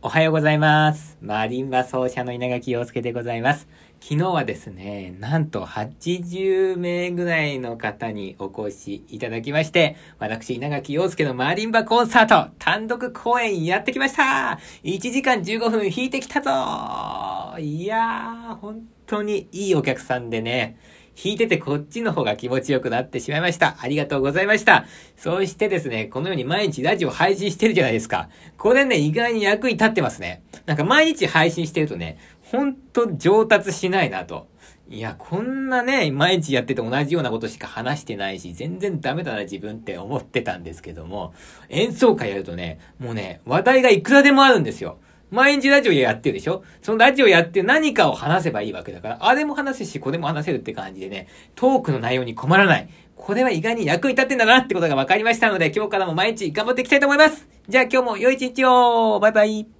おはようございます。マリンバ奏者の稲垣陽介でございます。昨日はですね、なんと80名ぐらいの方にお越しいただきまして、私稲垣陽介のマリンバコンサート単独公演やってきました。1時間15分弾いてきたぞ。いやー、本当にいいお客さんでね、弾いててこっちの方が気持ちよくなってしまいました。ありがとうございました。そしてですね、このように毎日ラジオ配信してるじゃないですか。これね、意外に役に立ってますね。なんか毎日配信してるとね、ほんと上達しないなと。いや、こんなね、毎日やってて同じようなことしか話してないし、全然ダメだな自分って思ってたんですけども、演奏会やるとね、もうね、話題がいくらでもあるんですよ。毎日ラジオやってるでしょ？そのラジオやって何かを話せばいいわけだから、あれも話せし、これも話せるって感じでね、トークの内容に困らない。これは意外に役に立ってんだなってことが分かりましたので、今日からも毎日頑張っていきたいと思います。じゃあ今日も良い一日を。バイバイ。